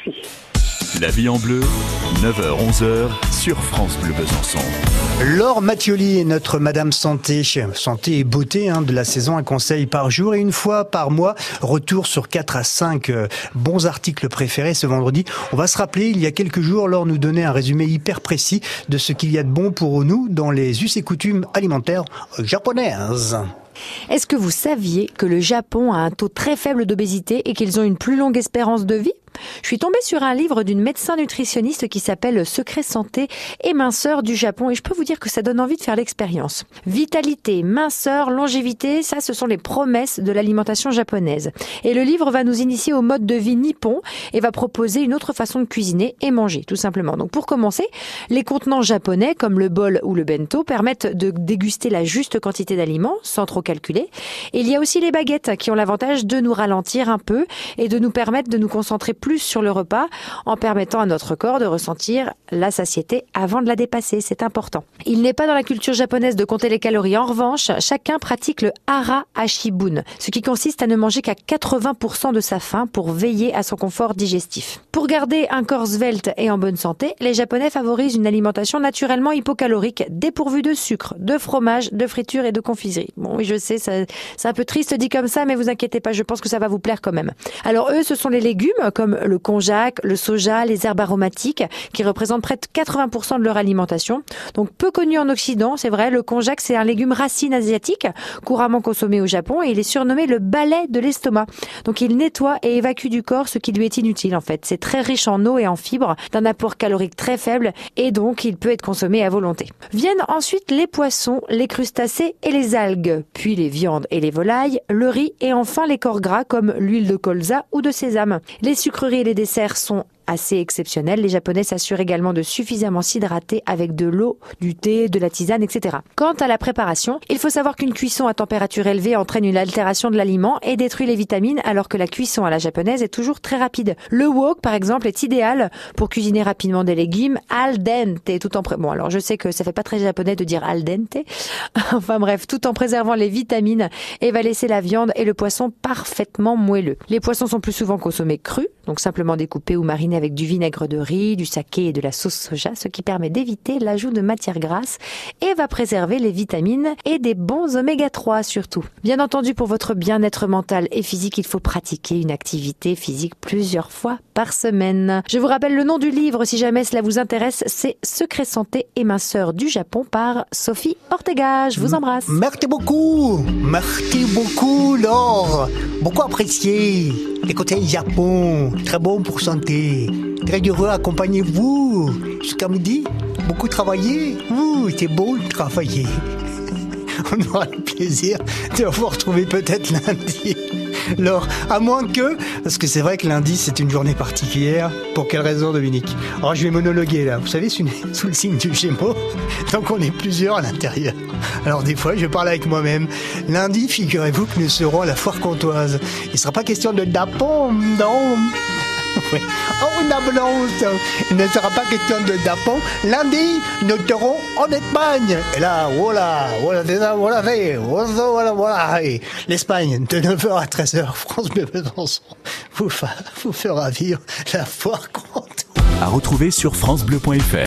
Merci. La vie en bleu, 9h-11h sur France Bleu Besançon. Laure Mattioli est notre Madame Santé. Santé et beauté de la saison, un conseil par jour et une fois par mois. Retour sur 4 à 5 bons articles préférés ce vendredi. On va se rappeler, il y a quelques jours, Laure nous donnait un résumé hyper précis de ce qu'il y a de bon pour nous dans les us et coutumes alimentaires japonaises. Est-ce que vous saviez que le Japon a un taux très faible d'obésité et qu'ils ont une plus longue espérance de vie ? Je suis tombée sur un livre d'une médecin nutritionniste qui s'appelle Secret santé et minceur du Japon et je peux vous dire que ça donne envie de faire l'expérience. Vitalité, minceur, longévité, ça ce sont les promesses de l'alimentation japonaise. Et le livre va nous initier au mode de vie nippon et va proposer une autre façon de cuisiner et manger tout simplement. Donc pour commencer, les contenants japonais comme le bol ou le bento permettent de déguster la juste quantité d'aliments sans trop calculer. Et il y a aussi les baguettes qui ont l'avantage de nous ralentir un peu et de nous permettre de nous concentrer plus sur le repas en permettant à notre corps de ressentir la satiété avant de la dépasser. C'est important. Il n'est pas dans la culture japonaise de compter les calories. En revanche, chacun pratique le hara hashibun, ce qui consiste à ne manger qu'à 80% de sa faim pour veiller à son confort digestif. Pour garder un corps svelte et en bonne santé, les Japonais favorisent une alimentation naturellement hypocalorique, dépourvue de sucre, de fromage, de friture et de confiserie. Bon, oui, je sais, c'est un peu triste dit comme ça, mais vous inquiétez pas, je pense que ça va vous plaire quand même. Alors eux, ce sont les légumes comme le konjac, le soja, les herbes aromatiques qui représentent près de 80% de leur alimentation. Donc peu connu en Occident, c'est vrai, le konjac c'est un légume racine asiatique couramment consommé au Japon et il est surnommé le balai de l'estomac. Donc il nettoie et évacue du corps ce qui lui est inutile en fait. C'est très riche en eau et en fibres, d'un apport calorique très faible et donc il peut être consommé à volonté. Viennent ensuite les poissons, les crustacés et les algues, puis les viandes et les volailles, le riz et enfin les corps gras comme l'huile de colza ou de sésame. Les sucreries et les desserts sont assez exceptionnels. Les Japonais s'assurent également de suffisamment s'hydrater avec de l'eau, du thé, de la tisane, etc. Quant à la préparation, il faut savoir qu'une cuisson à température élevée entraîne une altération de l'aliment et détruit les vitamines, alors que la cuisson à la japonaise est toujours très rapide. Le wok, par exemple, est idéal pour cuisiner rapidement des légumes al dente, tout en Bon, alors je sais que ça fait pas très japonais de dire al dente. Enfin bref, tout en préservant les vitamines et va laisser la viande et le poisson parfaitement moelleux. Les poissons sont plus souvent consommés crus, donc simplement découpés ou marinés avec du vinaigre de riz, du saké et de la sauce soja, ce qui permet d'éviter l'ajout de matières grasses et va préserver les vitamines et des bons oméga 3 surtout. Bien entendu, pour votre bien-être mental et physique, il faut pratiquer une activité physique plusieurs fois par semaine. Je vous rappelle le nom du livre si jamais cela vous intéresse, c'est Secret santé et minceur du Japon par Sophie Ortega. Je vous embrasse. Merci beaucoup, Laure. Beaucoup apprécié. Écoutez, Japon, très bon pour santé. Très heureux, accompagnez-vous. Jusqu'à midi, beaucoup travaillé. C'est beau de travailler. On aura le plaisir de vous retrouver peut-être lundi. Alors, à moins que, parce que c'est vrai que lundi c'est une journée particulière. Pour quelle raison, Dominique ? Alors je vais monologuer là, vous savez, sous le signe du Gémeaux, donc on est plusieurs à l'intérieur. Alors des fois je parle avec moi-même. Lundi, figurez-vous que nous serons à la Foire Comtoise. Il ne sera pas question de dapon, non. Oui. Oh, une ambulance. Il ne sera pas question de dapon. Lundi, nous serons en Espagne. Et là, voilà, c'est ça, voilà. Et l'Espagne, de 9h à 13h, France Bleu Besançon, vous fera vivre la Foire Comtoise. À retrouver sur francebleu.fr.